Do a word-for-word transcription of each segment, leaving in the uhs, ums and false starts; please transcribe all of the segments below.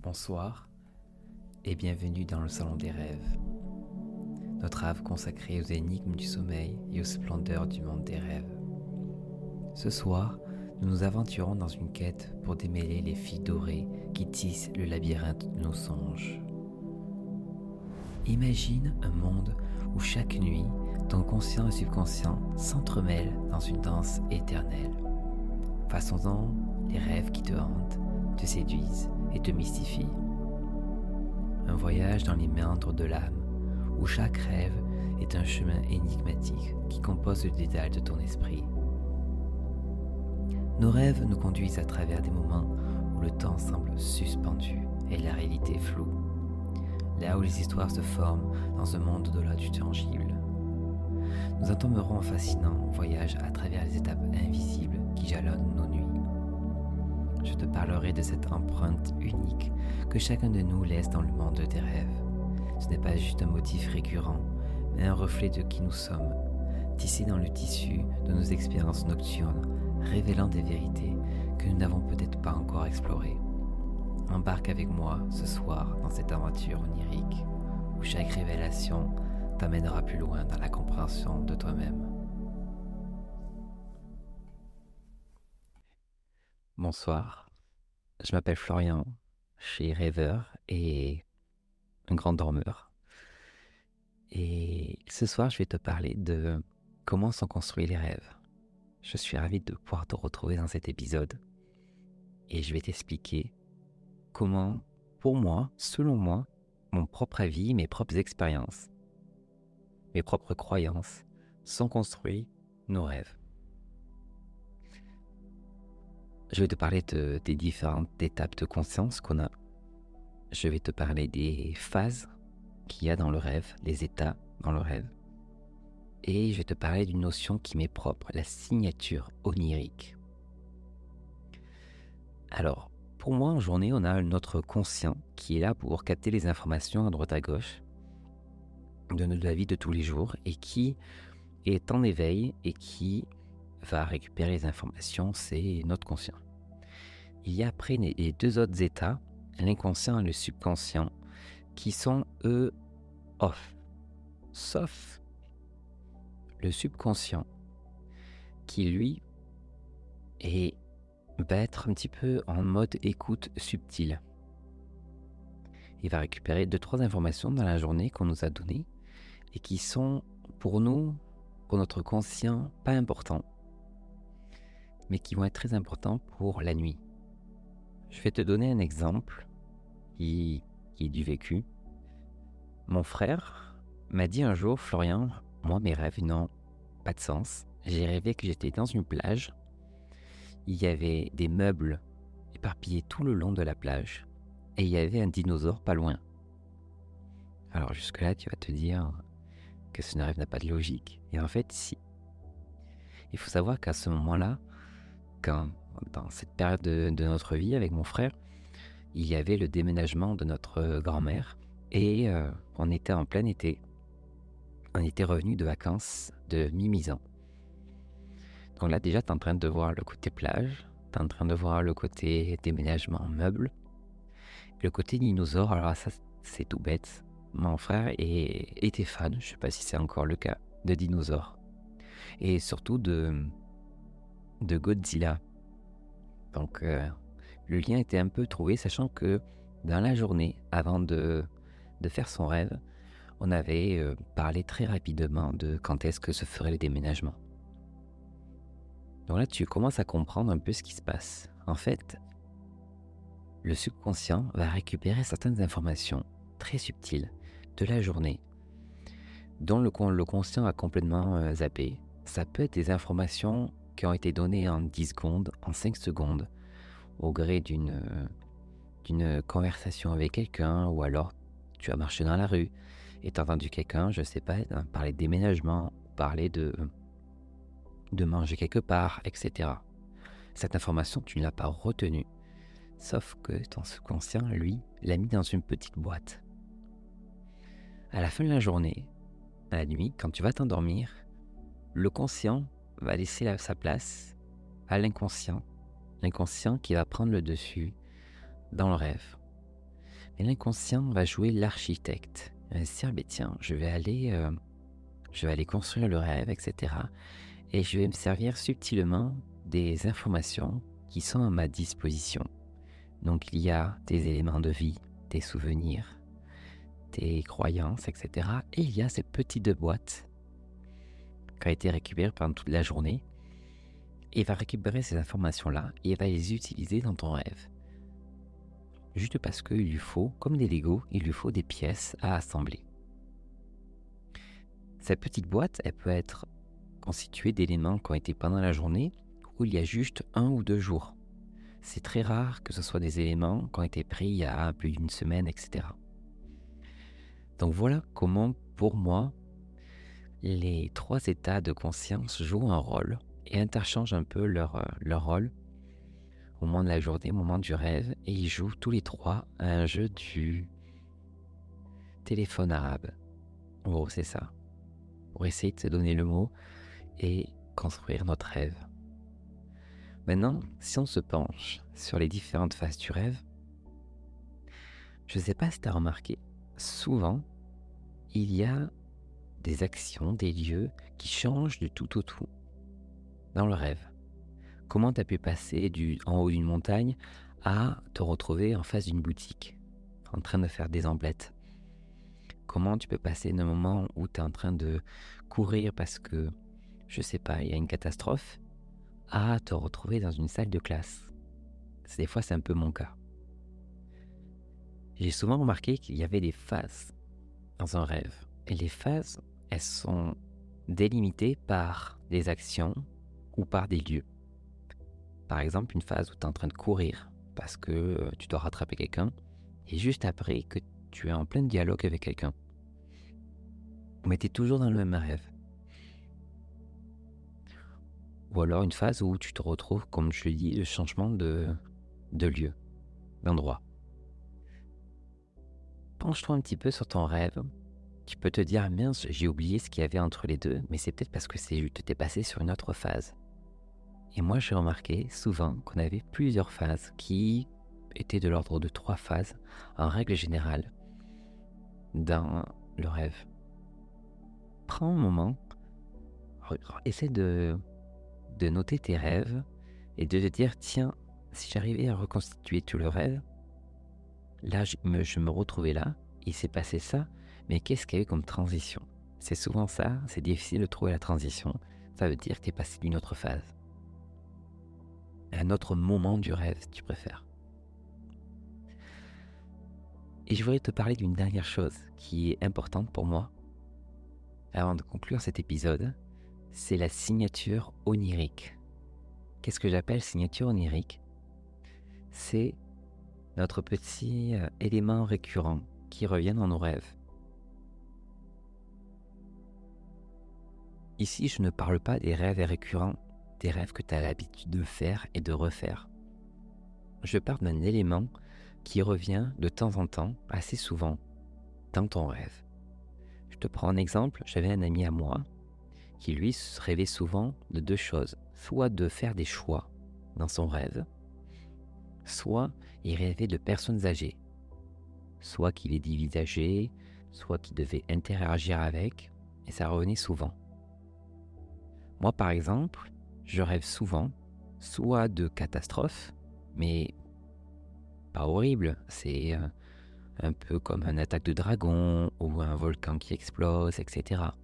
Bonsoir et bienvenue dans le Salon des Rêves, notre havre consacré aux énigmes du sommeil et aux splendeurs du monde des rêves. Ce soir, nous nous aventurons dans une quête pour démêler les fils dorés qui tissent le labyrinthe de nos songes. Imagine un monde où chaque nuit, ton conscient et subconscient s'entremêlent dans une danse éternelle. Façonnant les rêves qui te hantent, te séduisent et te mystifient. Un voyage dans les méandres de l'âme, où chaque rêve est un chemin énigmatique qui compose le dédale de ton esprit. Nos rêves nous conduisent à travers des moments où le temps semble suspendu et la réalité floue, là où les histoires se forment dans un monde au-delà du tangible. Nous entamerons un fascinant voyage à travers les étapes invisibles qui jalonnent nos nuits. Je te parlerai de cette empreinte unique que chacun de nous laisse dans le monde des rêves. Ce n'est pas juste un motif récurrent, mais un reflet de qui nous sommes, tissé dans le tissu de nos expériences nocturnes, révélant des vérités que nous n'avons peut-être pas encore explorées. Embarque avec moi ce soir dans cette aventure onirique, où chaque révélation t'amènera plus loin dans la compréhension de toi-même. Bonsoir, je m'appelle Florian, je suis rêveur et un grand dormeur. Et ce soir, je vais te parler de comment sont construits les rêves. Je suis ravi de pouvoir te retrouver dans cet épisode et je vais t'expliquer comment, pour moi, selon moi, mon propre avis, mes propres expériences, mes propres croyances sont construits nos rêves. Je vais te parler de, des différentes étapes de conscience qu'on a. Je vais te parler des phases qu'il y a dans le rêve, les états dans le rêve. Et je vais te parler d'une notion qui m'est propre, la signature onirique. Alors, pour moi, en journée, on a notre conscient qui est là pour capter les informations à droite à gauche de notre vie de tous les jours et qui est en éveil et qui va récupérer les informations, c'est notre conscient. Il y a après les deux autres états, l'inconscient et le subconscient, qui sont eux off. Sauf le subconscient, qui lui est, va être un petit peu en mode écoute subtile. Il va récupérer deux, trois informations dans la journée qu'on nous a données et qui sont pour nous, pour notre conscient, pas importants, mais qui vont être très importants pour la nuit. Je vais te donner un exemple qui, qui est du vécu. Mon frère m'a dit un jour, Florian, moi mes rêves n'ont pas de sens. J'ai rêvé que j'étais dans une plage. Il y avait des meubles éparpillés tout le long de la plage et il y avait un dinosaure pas loin. Alors jusque-là, tu vas te dire que ce rêve n'a pas de logique. Et en fait, si. Il faut savoir qu'à ce moment-là, quand, dans cette période de, de notre vie avec mon frère, il y avait le déménagement de notre grand-mère et euh, on était en plein été. On était revenu de vacances de Mimizan. Donc là déjà, tu es en train de voir le côté plage, tu es en train de voir le côté déménagement meuble, le côté dinosaure. Alors ça, c'est tout bête. Mon frère est, était fan, je sais pas si c'est encore le cas, de dinosaures. Et surtout de, de Godzilla. Donc euh, le lien était un peu trouvé, sachant que dans la journée, avant de, de faire son rêve, on avait euh, parlé très rapidement de quand est-ce que se ferait le déménagement. Donc là, tu commences à comprendre un peu ce qui se passe. En fait, le subconscient va récupérer certaines informations très subtiles de la journée, dont le, le conscient a complètement euh, zappé. Ça peut être des informations qui ont été données en dix secondes, en cinq secondes, au gré d'une, euh, d'une conversation avec quelqu'un, ou alors tu as marché dans la rue et tu as entendu quelqu'un, je sais pas, parler de déménagement, parler de, de manger quelque part, et cetera. Cette information, tu ne l'as pas retenue, sauf que ton subconscient, lui, l'a mis dans une petite boîte. À la fin de la journée, à la nuit, quand tu vas t'endormir, le conscient va laisser la, sa place à l'inconscient, l'inconscient qui va prendre le dessus dans le rêve. Et l'inconscient va jouer l'architecte. Il va se dire, mais tiens, je vais aller, euh, je vais aller construire le rêve, et cetera. Et je vais me servir subtilement des informations qui sont à ma disposition. Donc il y a des éléments de vie, des souvenirs, des croyances, et cetera. Et il y a cette petite boîte qui a été récupérée pendant toute la journée. Et il va récupérer ces informations-là et il va les utiliser dans ton rêve. Juste parce qu'il lui faut, comme des Lego, il lui faut des pièces à assembler. Cette petite boîte, elle peut être constituée d'éléments qui ont été pendant la journée ou il y a juste un ou deux jours. C'est très rare que ce soit des éléments qui ont été pris il y a plus d'une semaine, et cetera. Donc voilà comment, pour moi, les trois états de conscience jouent un rôle et interchangent un peu leur, euh, leur rôle au moment de la journée, au moment du rêve, et ils jouent tous les trois à un jeu du téléphone arabe. En gros, c'est ça. Pour essayer de se donner le mot et construire notre rêve. Maintenant, si on se penche sur les différentes phases du rêve, je ne sais pas si tu as remarqué, souvent, il y a des actions, des lieux qui changent du tout au tout dans le rêve. Comment tu as pu passer du, en haut d'une montagne à te retrouver en face d'une boutique, en train de faire des emplettes? Comment tu peux passer d'un moment où tu es en train de courir parce que, je sais pas, il y a une catastrophe, à te retrouver dans une salle de classe? Des fois, c'est un peu mon cas. J'ai souvent remarqué qu'il y avait des phases dans un rêve. Et les phases, elles sont délimitées par des actions ou par des lieux. Par exemple, une phase où tu es en train de courir parce que tu dois rattraper quelqu'un, et juste après que tu es en plein dialogue avec quelqu'un. Mais tu es toujours dans le même rêve. Ou alors une phase où tu te retrouves, comme je le dis, le changement de, de lieu, d'endroit. Penche-toi un petit peu sur ton rêve. Tu peux te dire, mince, j'ai oublié ce qu'il y avait entre les deux, mais c'est peut-être parce que c'est, tu t'es passé sur une autre phase. Et moi, j'ai remarqué souvent qu'on avait plusieurs phases qui étaient de l'ordre de trois phases, en règle générale, dans le rêve. Prends un moment, essaie de, de noter tes rêves et de te dire, tiens, si j'arrivais à reconstituer tout le rêve, là, je me, je me retrouvais là, il s'est passé ça, mais qu'est-ce qu'il y a eu comme transition? C'est souvent ça, c'est difficile de trouver la transition. Ça veut dire que tu es passé d'une autre phase. Un autre moment du rêve, si tu préfères. Et je voudrais te parler d'une dernière chose qui est importante pour moi, avant de conclure cet épisode, c'est la signature onirique. Qu'est-ce que j'appelle signature onirique? C'est notre petit euh, élément récurrent qui revient dans nos rêves. Ici, je ne parle pas des rêves récurrents, des rêves que tu as l'habitude de faire et de refaire. Je parle d'un élément qui revient de temps en temps, assez souvent, dans ton rêve. Je te prends un exemple, j'avais un ami à moi qui lui rêvait souvent de deux choses, soit de faire des choix dans son rêve, soit il rêvait de personnes âgées, soit qu'il les dévisageait, soit qu'il devait interagir avec, et ça revenait souvent. Moi par exemple, je rêve souvent, soit de catastrophes, mais pas horribles, c'est euh, un peu comme une attaque de dragon ou un volcan qui explose, et cetera.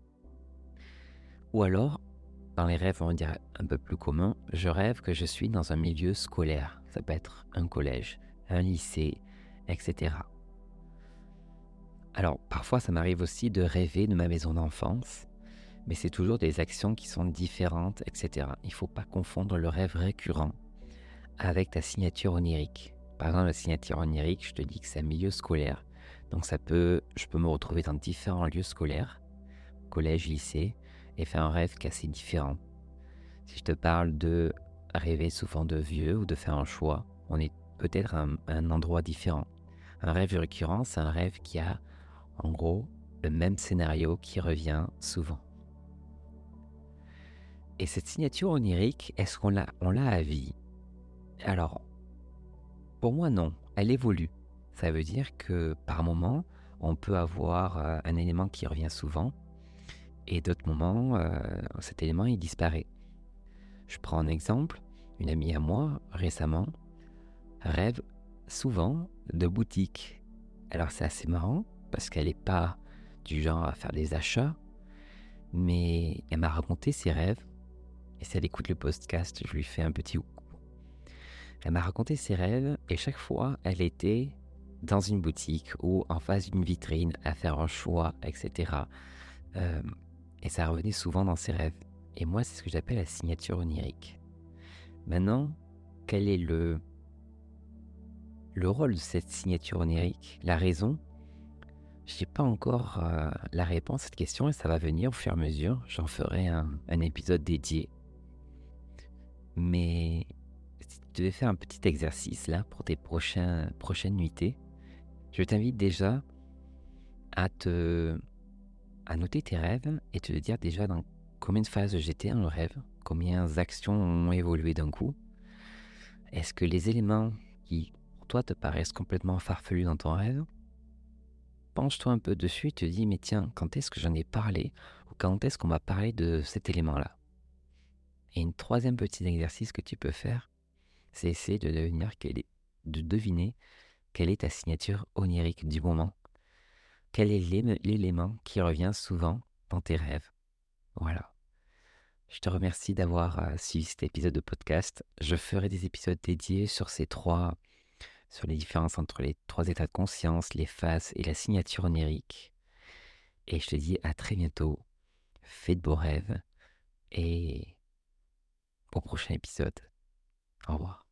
Ou alors, dans les rêves, on va dire un peu plus communs, je rêve que je suis dans un milieu scolaire. Ça peut être un collège, un lycée, et cetera. Alors, parfois, ça m'arrive aussi de rêver de ma maison d'enfance, mais c'est toujours des actions qui sont différentes, et cetera. Il ne faut pas confondre le rêve récurrent avec ta signature onirique. Par exemple, la signature onirique, je te dis que c'est un milieu scolaire. Donc, ça peut, je peux me retrouver dans différents lieux scolaires, collège, lycée, et faire un rêve qui est assez différent. Si je te parle de rêver souvent de vieux ou de faire un choix, on est peut-être à un, un endroit différent. Un rêve récurrent, c'est un rêve qui a, en gros, le même scénario qui revient souvent. Et cette signature onirique, est-ce qu'on l'a, on l'a à vie? Alors, pour moi non, elle évolue. Ça veut dire que par moment, on peut avoir euh, un élément qui revient souvent et d'autres moments, euh, cet élément il disparaît. Je prends un exemple, une amie à moi récemment rêve souvent de boutique. Alors c'est assez marrant parce qu'elle n'est pas du genre à faire des achats, mais elle m'a raconté ses rêves. Et si elle écoute le podcast, je lui fais un petit coucou. Elle m'a raconté ses rêves et chaque fois, elle était dans une boutique ou en face d'une vitrine à faire un choix, et cetera. Euh, et ça revenait souvent dans ses rêves. Et moi, c'est ce que j'appelle la signature onirique. Maintenant, quel est le, le rôle de cette signature onirique? La raison? Je n'ai pas encore euh, la réponse à cette question et ça va venir au fur et à mesure. J'en ferai un, un épisode dédié. Mais si tu devais faire un petit exercice là pour tes prochains, prochaines nuitées, je t'invite déjà à te à noter tes rêves et te dire déjà dans combien de phases j'étais dans le rêve, combien d'actions ont évolué d'un coup. Est-ce que les éléments qui pour toi te paraissent complètement farfelus dans ton rêve, penche-toi un peu dessus et te dis mais tiens, quand est-ce que j'en ai parlé ou quand est-ce qu'on m'a parlé de cet élément-là? Et une troisième petit exercice que tu peux faire, c'est essayer de devenir quel est, de deviner quelle est ta signature onirique du moment. Quel est l'élément qui revient souvent dans tes rêves? Voilà. Je te remercie d'avoir euh, suivi cet épisode de podcast. Je ferai des épisodes dédiés sur ces trois, sur les différences entre les trois états de conscience, les phases et la signature onirique. Et je te dis à très bientôt. Fais de beaux rêves et au prochain épisode. Au revoir.